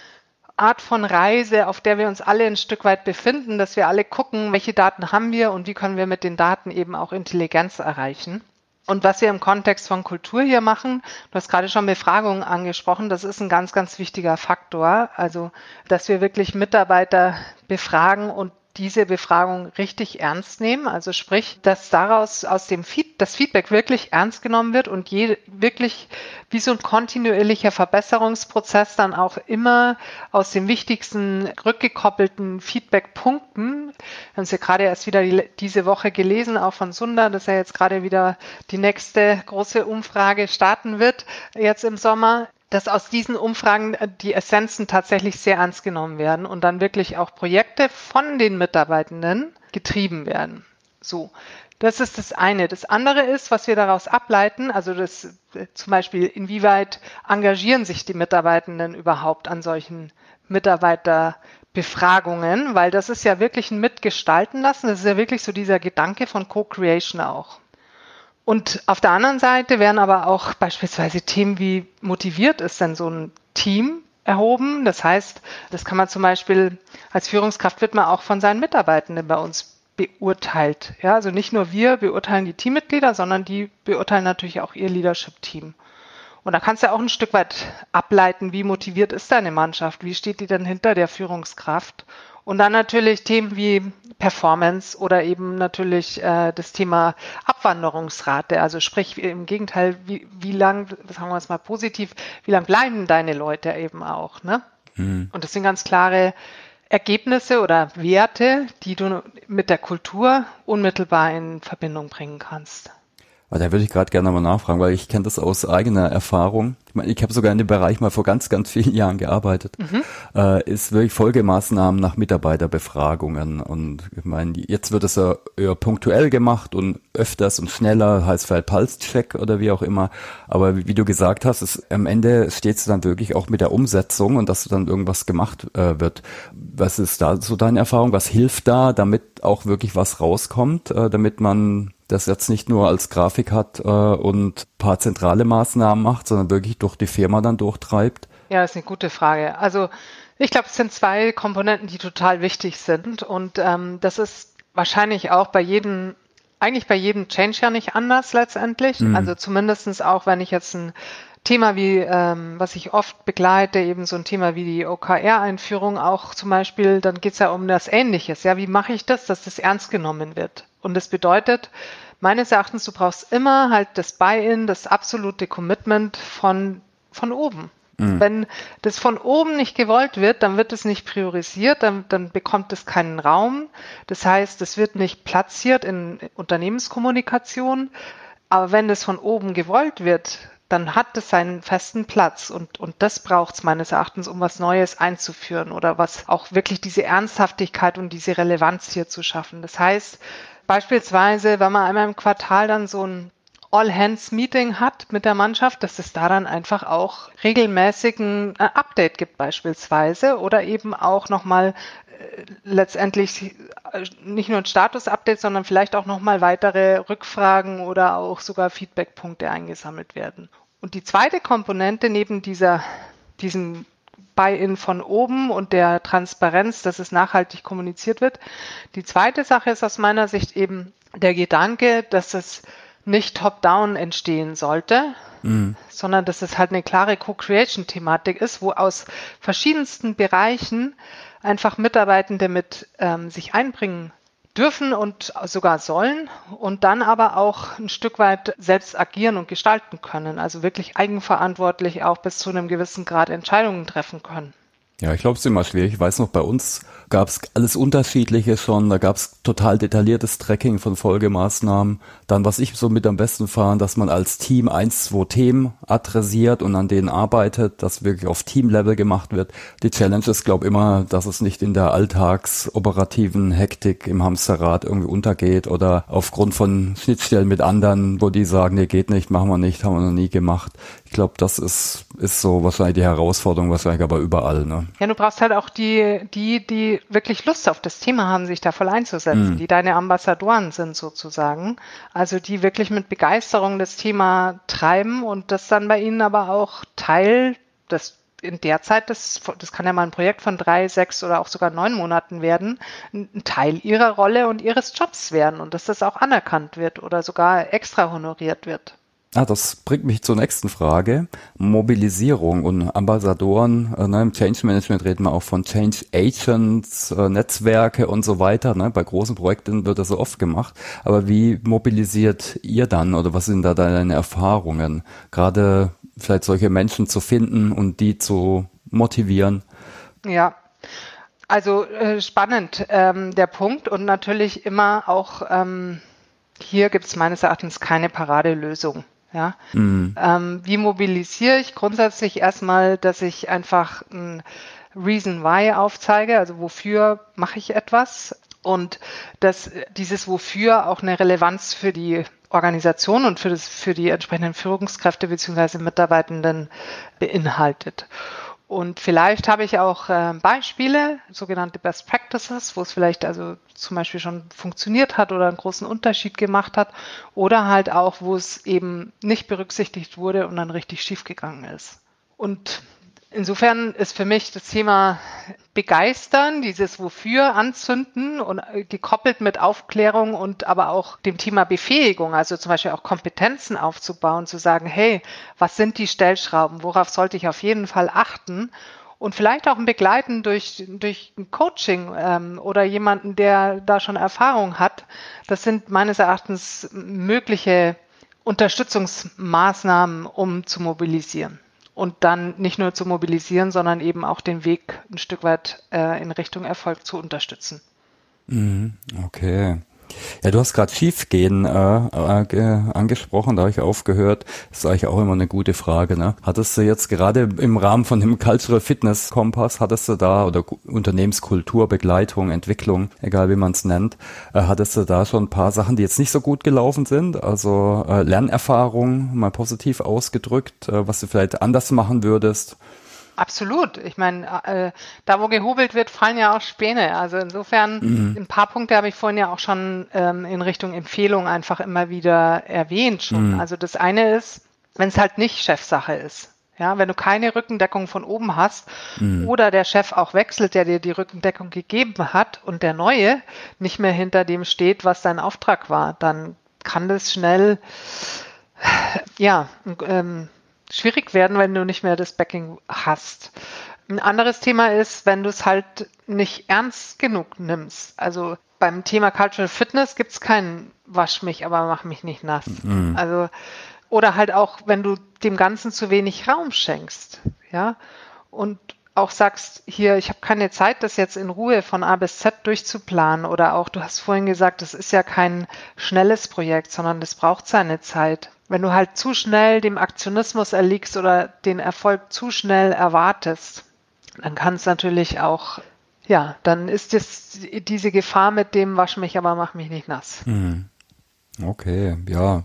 Art von Reise, auf der wir uns alle ein Stück weit befinden, dass wir alle gucken, welche Daten haben wir und wie können wir mit den Daten eben auch Intelligenz erreichen. Und was wir im Kontext von Kultur hier machen, du hast gerade schon Befragungen angesprochen, das ist ein ganz, ganz wichtiger Faktor. Also, dass wir wirklich Mitarbeiter befragen und diese Befragung richtig ernst nehmen. Also sprich, dass daraus aus dem das Feedback wirklich ernst genommen wird und wirklich wie so ein kontinuierlicher Verbesserungsprozess dann auch immer aus den wichtigsten rückgekoppelten Feedbackpunkten. Wir haben es ja gerade erst wieder diese Woche gelesen, auch von Sundar, dass er jetzt gerade wieder die nächste große Umfrage starten wird, jetzt im Sommer, dass aus diesen Umfragen die Essenzen tatsächlich sehr ernst genommen werden und dann wirklich auch Projekte von den Mitarbeitenden getrieben werden. So, das ist das eine. Das andere ist, was wir daraus ableiten, also das zum Beispiel, inwieweit engagieren sich die Mitarbeitenden überhaupt an solchen Mitarbeiterbefragungen, weil das ist ja wirklich ein Mitgestalten lassen. Das ist ja wirklich so dieser Gedanke von Co-Creation auch. Und auf der anderen Seite werden aber auch beispielsweise Themen wie motiviert ist denn so ein Team erhoben. Das heißt, das kann man zum Beispiel als Führungskraft wird man auch von seinen Mitarbeitenden bei uns beurteilt. Ja, also nicht nur wir beurteilen die Teammitglieder, sondern die beurteilen natürlich auch ihr Leadership-Team. Und da kannst du ja auch ein Stück weit ableiten, wie motiviert ist deine Mannschaft, wie steht die denn hinter der Führungskraft. Und dann natürlich Themen wie Performance oder eben natürlich das Thema Abwanderungsrate. Also sprich im Gegenteil, wie lang, sagen wir es mal positiv, wie lang bleiben deine Leute eben auch. Ne? Mhm. Und das sind ganz klare Ergebnisse oder Werte, die du mit der Kultur unmittelbar in Verbindung bringen kannst. Aber da würde ich gerade gerne mal nachfragen, weil ich kenne das aus eigener Erfahrung. Ich meine, ich habe sogar in dem Bereich mal vor ganz, ganz vielen Jahren gearbeitet. Ist wirklich Folgemaßnahmen nach Mitarbeiterbefragungen. Und ich meine, jetzt wird es ja eher punktuell gemacht und öfters und schneller, heißt vielleicht Pulse-Check oder wie auch immer. Aber wie du gesagt hast, am Ende steht es dann wirklich auch mit der Umsetzung und dass dann irgendwas gemacht wird. Was ist da so deine Erfahrung? Was hilft da, damit auch wirklich was rauskommt, damit man das jetzt nicht nur als Grafik hat und paar zentrale Maßnahmen macht, sondern wirklich durch die Firma dann durchtreibt? Ja, das ist eine gute Frage. Also ich glaube, es sind zwei Komponenten, die total wichtig sind. Und das ist wahrscheinlich auch eigentlich bei jedem Change ja nicht anders letztendlich. Mhm. Also zumindestens auch, wenn ich jetzt ein Thema wie, was ich oft begleite, eben so ein Thema wie die OKR-Einführung auch zum Beispiel, dann geht es ja um das Ähnliches. Ja, wie mache ich das, dass das ernst genommen wird? Und das bedeutet, meines Erachtens, du brauchst immer halt das Buy-in, das absolute Commitment von oben. Wenn das von oben nicht gewollt wird, dann wird es nicht priorisiert, dann bekommt es keinen Raum. Das heißt, es wird nicht platziert in Unternehmenskommunikation. Aber wenn es von oben gewollt wird, dann hat es seinen festen Platz. Und das braucht es meines Erachtens, um was Neues einzuführen oder was auch wirklich diese Ernsthaftigkeit und diese Relevanz hier zu schaffen. Das heißt, beispielsweise, wenn man einmal im Quartal dann so ein All-Hands-Meeting hat mit der Mannschaft, dass es da dann einfach auch regelmäßig ein Update gibt beispielsweise oder eben auch nochmal letztendlich nicht nur ein Status-Update, sondern vielleicht auch nochmal weitere Rückfragen oder auch sogar Feedbackpunkte eingesammelt werden. Und die zweite Komponente neben diesem Buy-in von oben und der Transparenz, dass es nachhaltig kommuniziert wird, die zweite Sache ist aus meiner Sicht eben der Gedanke, dass es nicht top-down entstehen sollte, sondern dass es halt eine klare Co-Creation-Thematik ist, wo aus verschiedensten Bereichen einfach Mitarbeitende mit sich einbringen dürfen und sogar sollen und dann aber auch ein Stück weit selbst agieren und gestalten können, also wirklich eigenverantwortlich auch bis zu einem gewissen Grad Entscheidungen treffen können. Ja, ich glaube, es ist immer schwierig. Ich weiß noch, bei uns gab es alles Unterschiedliche schon. Da gab es total detailliertes Tracking von Folgemaßnahmen. Dann, was ich so mit am besten fand, dass man als Team 2 Themen adressiert und an denen arbeitet, dass wirklich auf Teamlevel gemacht wird. Die Challenge ist, glaube ich, immer, dass es nicht in der alltagsoperativen Hektik im Hamsterrad irgendwie untergeht oder aufgrund von Schnittstellen mit anderen, wo die sagen, nee, geht nicht, machen wir nicht, haben wir noch nie gemacht. Ich glaube, das ist so wahrscheinlich die Herausforderung, wahrscheinlich aber überall, ne? Ja, du brauchst halt auch die wirklich Lust auf das Thema haben, sich da voll einzusetzen, die deine Ambassadoren sind sozusagen. Also die wirklich mit Begeisterung das Thema treiben und das dann bei ihnen aber auch Teil des in der Zeit, das kann ja mal ein Projekt von 3, 6 oder auch sogar 9 Monaten werden, ein Teil ihrer Rolle und ihres Jobs werden und dass das auch anerkannt wird oder sogar extra honoriert wird. Das bringt mich zur nächsten Frage. Mobilisierung und Ambassadoren. Im Change Management reden wir auch von Change Agents, Netzwerke und so weiter. Bei großen Projekten wird das so oft gemacht. Aber wie mobilisiert ihr dann oder was sind da deine Erfahrungen? Gerade vielleicht solche Menschen zu finden und die zu motivieren? Ja, also spannend der Punkt und natürlich immer auch hier gibt es meines Erachtens keine Paradelösung. Ja? Wie mobilisiere ich? Grundsätzlich erstmal, dass ich einfach ein Reason Why aufzeige, also wofür mache ich etwas und dass dieses Wofür auch eine Relevanz für die Organisation und für die entsprechenden Führungskräfte bzw. Mitarbeitenden beinhaltet. Und vielleicht habe ich auch Beispiele, sogenannte Best Practices, wo es vielleicht also zum Beispiel schon funktioniert hat oder einen großen Unterschied gemacht hat oder halt auch, wo es eben nicht berücksichtigt wurde und dann richtig schief gegangen ist. Und insofern ist für mich das Thema Begeistern, dieses Wofür anzünden und gekoppelt mit Aufklärung und aber auch dem Thema Befähigung, also zum Beispiel auch Kompetenzen aufzubauen, zu sagen, hey, was sind die Stellschrauben, worauf sollte ich auf jeden Fall achten? Und vielleicht auch ein Begleiten durch ein Coaching oder jemanden, der da schon Erfahrung hat. Das sind meines Erachtens mögliche Unterstützungsmaßnahmen, um zu mobilisieren. Und dann nicht nur zu mobilisieren, sondern eben auch den Weg ein Stück weit in Richtung Erfolg zu unterstützen. Okay. Ja, du hast gerade Schiefgehen angesprochen, da habe ich aufgehört. Das ist eigentlich auch immer eine gute Frage, ne? Hattest du jetzt gerade im Rahmen von dem Cultural Fitness Kompass, hattest du da, oder Unternehmenskultur, Begleitung, Entwicklung, egal wie man es nennt, hattest du da schon ein paar Sachen, die jetzt nicht so gut gelaufen sind? Also Lernerfahrung, mal positiv ausgedrückt, was du vielleicht anders machen würdest? Absolut. Ich meine, da wo gehobelt wird, fallen ja auch Späne. Also insofern, ein paar Punkte habe ich vorhin ja auch schon in Richtung Empfehlung einfach immer wieder erwähnt schon. Also das eine ist, wenn es halt nicht Chefsache ist. Ja, wenn du keine Rückendeckung von oben hast oder der Chef auch wechselt, der dir die Rückendeckung gegeben hat und der Neue nicht mehr hinter dem steht, was dein Auftrag war, dann kann das schnell, schwierig werden, wenn du nicht mehr das Backing hast. Ein anderes Thema ist, wenn du es halt nicht ernst genug nimmst. Also beim Thema Cultural Fitness gibt es keinen Wasch mich, aber mach mich nicht nass. Also, oder halt auch, wenn du dem Ganzen zu wenig Raum schenkst, ja, und auch sagst, hier, ich habe keine Zeit, das jetzt in Ruhe von A bis Z durchzuplanen, oder auch, du hast vorhin gesagt, das ist ja kein schnelles Projekt, sondern das braucht seine Zeit. Wenn du halt zu schnell dem Aktionismus erliegst oder den Erfolg zu schnell erwartest, dann kann es natürlich auch, ja, dann ist es diese Gefahr mit dem wasch mich, aber mach mich nicht nass. Okay, ja.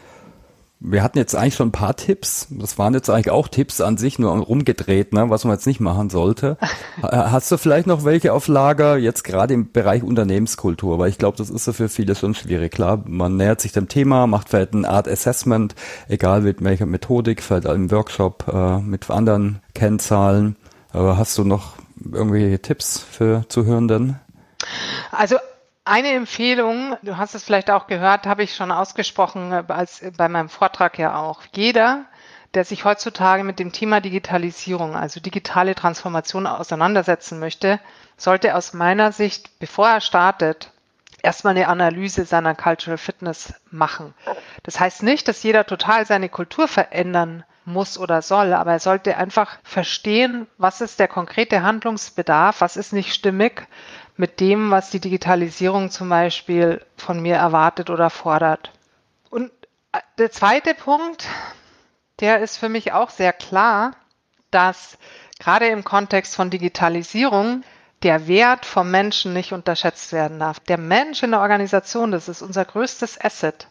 Wir hatten jetzt eigentlich schon ein paar Tipps. Das waren jetzt eigentlich auch Tipps an sich, nur rumgedreht, ne, was man jetzt nicht machen sollte. Hast du vielleicht noch welche auf Lager, jetzt gerade im Bereich Unternehmenskultur? Weil ich glaube, das ist ja für viele schon schwierig. Klar, man nähert sich dem Thema, macht vielleicht eine Art Assessment, egal mit welcher Methodik, vielleicht im Workshop mit anderen Kennzahlen. Aber hast du noch irgendwelche Tipps für Zuhörenden? Also eine Empfehlung, du hast es vielleicht auch gehört, habe ich schon ausgesprochen, als bei meinem Vortrag ja auch. Jeder, der sich heutzutage mit dem Thema Digitalisierung, also digitale Transformation auseinandersetzen möchte, sollte aus meiner Sicht, bevor er startet, erstmal eine Analyse seiner Cultural Fitness machen. Das heißt nicht, dass jeder total seine Kultur verändern muss oder soll, aber er sollte einfach verstehen, was ist der konkrete Handlungsbedarf, was ist nicht stimmig mit dem, was die Digitalisierung zum Beispiel von mir erwartet oder fordert. Und der zweite Punkt, der ist für mich auch sehr klar, dass gerade im Kontext von Digitalisierung der Wert vom Menschen nicht unterschätzt werden darf. Der Mensch in der Organisation, das ist unser größtes Asset.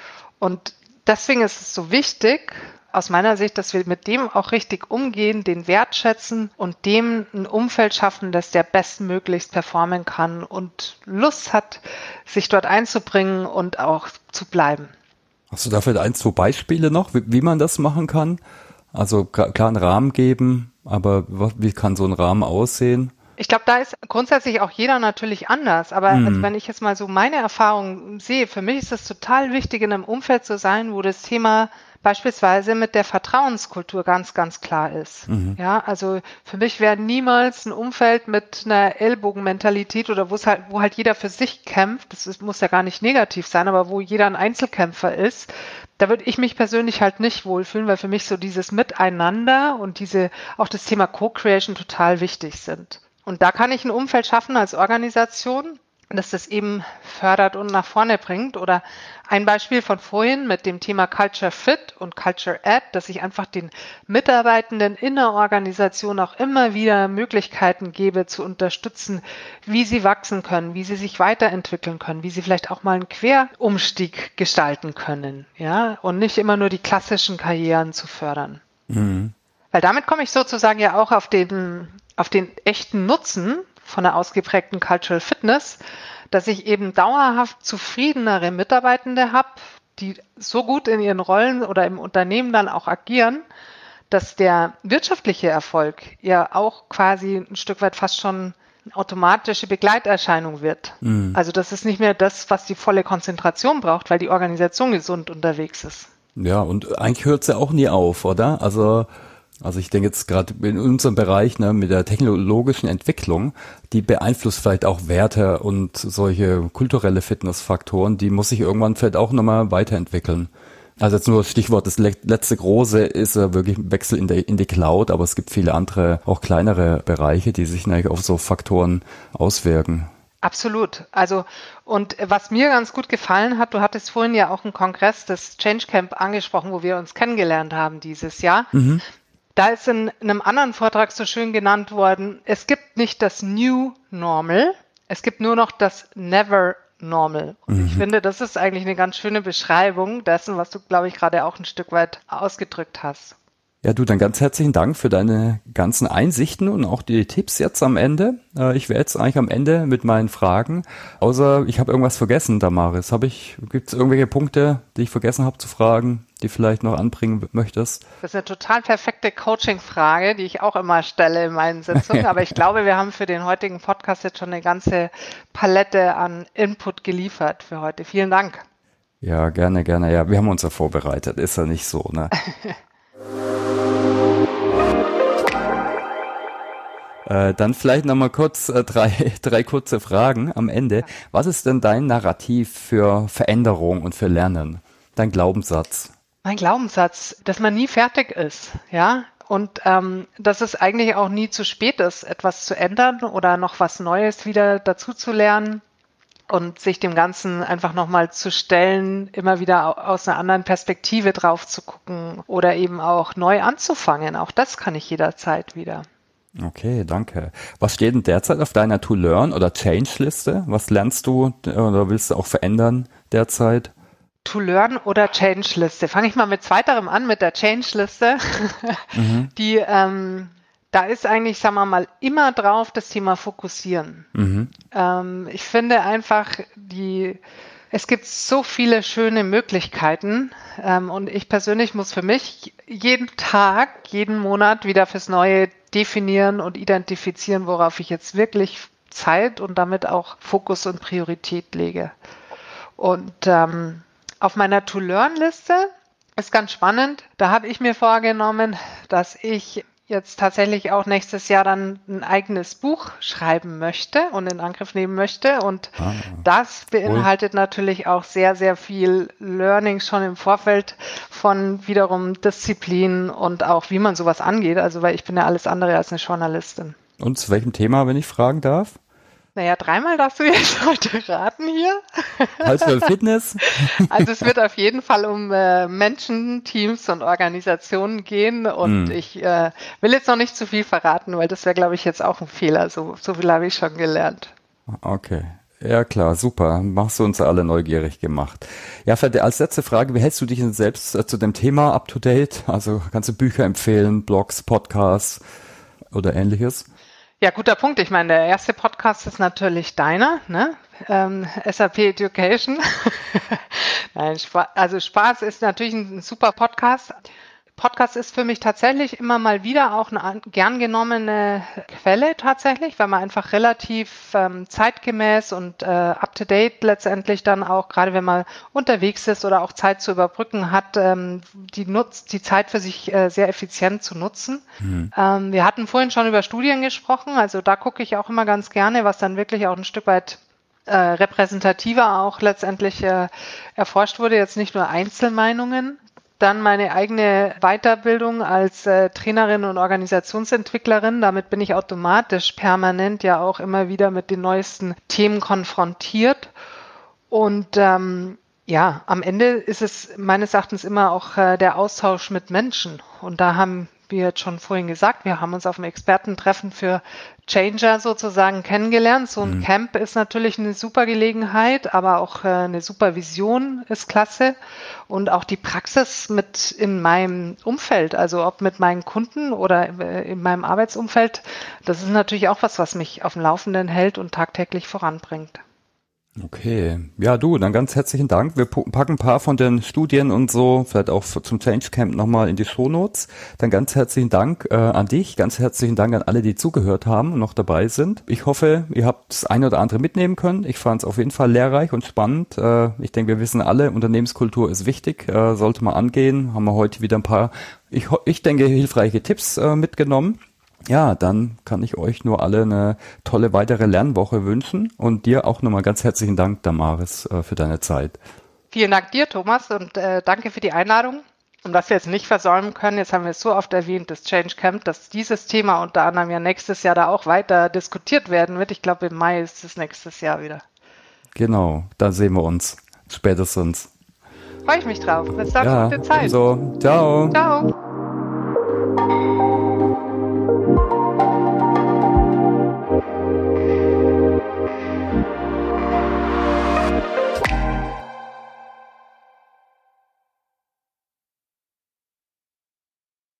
Und deswegen ist es so wichtig, aus meiner Sicht, dass wir mit dem auch richtig umgehen, den wertschätzen und dem ein Umfeld schaffen, dass der bestmöglichst performen kann und Lust hat, sich dort einzubringen und auch zu bleiben. Hast du dafür ein, zwei Beispiele noch, wie man das machen kann? Also klar einen Rahmen geben, aber wie kann so ein Rahmen aussehen? Ich glaube, da ist grundsätzlich auch jeder natürlich anders. Aber also wenn ich jetzt mal so meine Erfahrungen sehe, für mich ist es total wichtig, in einem Umfeld zu sein, wo das Thema beispielsweise mit der Vertrauenskultur ganz, ganz klar ist. Ja, also für mich wäre niemals ein Umfeld mit einer Ellbogenmentalität oder wo halt jeder für sich kämpft, muss ja gar nicht negativ sein, aber wo jeder ein Einzelkämpfer ist, da würde ich mich persönlich halt nicht wohlfühlen, weil für mich so dieses Miteinander und auch das Thema Co-Creation total wichtig sind. Und da kann ich ein Umfeld schaffen als Organisation, dass das eben fördert und nach vorne bringt. Oder ein Beispiel von vorhin mit dem Thema Culture Fit und Culture Add, dass ich einfach den Mitarbeitenden in der Organisation auch immer wieder Möglichkeiten gebe, zu unterstützen, wie sie wachsen können, wie sie sich weiterentwickeln können, wie sie vielleicht auch mal einen Querumstieg gestalten können, ja, und nicht immer nur die klassischen Karrieren zu fördern. Weil damit komme ich sozusagen ja auch auf den echten Nutzen von der ausgeprägten Cultural Fitness, dass ich eben dauerhaft zufriedenere Mitarbeitende habe, die so gut in ihren Rollen oder im Unternehmen dann auch agieren, dass der wirtschaftliche Erfolg ja auch quasi ein Stück weit fast schon eine automatische Begleiterscheinung wird. Also das ist nicht mehr das, was die volle Konzentration braucht, weil die Organisation gesund unterwegs ist. Ja, und eigentlich hört es ja auch nie auf, oder? Also ich denke jetzt gerade in unserem Bereich, ne, mit der technologischen Entwicklung, die beeinflusst vielleicht auch Werte und solche kulturelle Fitnessfaktoren, die muss sich irgendwann vielleicht auch nochmal weiterentwickeln. Also jetzt nur Stichwort, das letzte große ist wirklich ein Wechsel in die Cloud, aber es gibt viele andere, auch kleinere Bereiche, die sich natürlich auf so Faktoren auswirken. Absolut. Also, und was mir ganz gut gefallen hat, du hattest vorhin ja auch einen Kongress des Change Camp angesprochen, wo wir uns kennengelernt haben dieses Jahr. Da ist in einem anderen Vortrag so schön genannt worden, es gibt nicht das New Normal, es gibt nur noch das Never Normal. Und ich finde, das ist eigentlich eine ganz schöne Beschreibung dessen, was du, glaube ich, gerade auch ein Stück weit ausgedrückt hast. Ja, du, dann ganz herzlichen Dank für deine ganzen Einsichten und auch die Tipps jetzt am Ende. Ich wäre jetzt eigentlich am Ende mit meinen Fragen, außer ich habe irgendwas vergessen, Damaris. Gibt es irgendwelche Punkte, die ich vergessen habe zu fragen, die vielleicht noch anbringen möchtest? Das ist eine total perfekte Coaching-Frage, die ich auch immer stelle in meinen Sitzungen. Aber ich glaube, wir haben für den heutigen Podcast jetzt schon eine ganze Palette an Input geliefert für heute. Vielen Dank. Ja, gerne. Ja, wir haben uns ja vorbereitet. Ist ja nicht so, ne? Dann vielleicht nochmal kurz drei kurze Fragen am Ende. Was ist denn dein Narrativ für Veränderung und für Lernen? Dein Glaubenssatz? Mein Glaubenssatz, dass man nie fertig ist, ja. Und dass es eigentlich auch nie zu spät ist, etwas zu ändern oder noch was Neues wieder dazu zu lernen und sich dem Ganzen einfach nochmal zu stellen, immer wieder aus einer anderen Perspektive drauf zu gucken oder eben auch neu anzufangen. Auch das kann ich jederzeit wieder. Okay, danke. Was steht denn derzeit auf deiner To-Learn- oder Change-Liste? Was lernst du oder willst du auch verändern derzeit? To-Learn oder Change-Liste. Fange ich mal mit zweiterem an, mit der Change-Liste. Die, da ist eigentlich, sagen wir mal, immer drauf das Thema Fokussieren. Ich finde einfach, es gibt so viele schöne Möglichkeiten und ich persönlich muss für mich jeden Tag, jeden Monat wieder fürs Neue definieren und identifizieren, worauf ich jetzt wirklich Zeit und damit auch Fokus und Priorität lege. Und auf meiner To-Learn-Liste ist ganz spannend. Da habe ich mir vorgenommen, dass ich jetzt tatsächlich auch nächstes Jahr dann ein eigenes Buch schreiben möchte und in Angriff nehmen möchte. Und das beinhaltet natürlich auch sehr, sehr viel Learning schon im Vorfeld von wiederum Disziplin und auch wie man sowas angeht. Also weil ich bin ja alles andere als eine Journalistin. Und zu welchem Thema, wenn ich fragen darf? Naja, dreimal darfst du jetzt heute raten hier. Healthful Fitness? Also es wird auf jeden Fall um Menschen, Teams und Organisationen gehen und ich will jetzt noch nicht zu viel verraten, weil das wäre, glaube ich, jetzt auch ein Fehler. So viel habe ich schon gelernt. Okay. Ja klar, super. Machst du uns alle neugierig gemacht. Ja, als letzte Frage, wie hältst du dich denn selbst zu dem Thema up to date? Also kannst du Bücher empfehlen, Blogs, Podcasts oder ähnliches? Ja, guter Punkt. Ich meine, der erste Podcast ist natürlich deiner, ne? SAP Education. Nein, Spaß ist natürlich ein super Podcast. Podcast ist für mich tatsächlich immer mal wieder auch eine gern genommene Quelle tatsächlich, weil man einfach relativ zeitgemäß und up-to-date letztendlich dann auch, gerade wenn man unterwegs ist oder auch Zeit zu überbrücken hat, die Zeit für sich sehr effizient zu nutzen. Wir hatten vorhin schon über Studien gesprochen, also da gucke ich auch immer ganz gerne, was dann wirklich auch ein Stück weit repräsentativer auch letztendlich erforscht wurde, jetzt nicht nur Einzelmeinungen. Dann meine eigene Weiterbildung als Trainerin und Organisationsentwicklerin. Damit bin ich automatisch permanent ja auch immer wieder mit den neuesten Themen konfrontiert. Und am Ende ist es meines Erachtens immer auch der Austausch mit Menschen. Und da haben wir jetzt schon vorhin gesagt, wir haben uns auf einem Expertentreffen für Changer sozusagen kennengelernt. So ein Camp ist natürlich eine super Gelegenheit, aber auch eine Supervision ist klasse. Und auch die Praxis mit in meinem Umfeld, also ob mit meinen Kunden oder in meinem Arbeitsumfeld, das ist natürlich auch was mich auf dem Laufenden hält und tagtäglich voranbringt. Okay, ja du, dann ganz herzlichen Dank. Wir packen ein paar von den Studien und so, vielleicht auch zum Change Camp nochmal in die Shownotes. Dann ganz herzlichen Dank an dich, ganz herzlichen Dank an alle, die zugehört haben und noch dabei sind. Ich hoffe, ihr habt das eine oder andere mitnehmen können. Ich fand es auf jeden Fall lehrreich und spannend. Ich denke, wir wissen alle, Unternehmenskultur ist wichtig, sollte man angehen. Haben wir heute wieder ein paar, ich denke, hilfreiche Tipps mitgenommen. Ja, dann kann ich euch nur alle eine tolle weitere Lernwoche wünschen und dir auch nochmal ganz herzlichen Dank, Damaris, für deine Zeit. Vielen Dank dir, Thomas, und danke für die Einladung. Und was wir jetzt nicht versäumen können, jetzt haben wir es so oft erwähnt, das Change Camp, dass dieses Thema unter anderem ja nächstes Jahr da auch weiter diskutiert werden wird. Ich glaube, im Mai ist es nächstes Jahr wieder. Genau, da sehen wir uns spätestens. Freue ich mich drauf. Bis dann, gute Zeit. So, ciao. Ciao.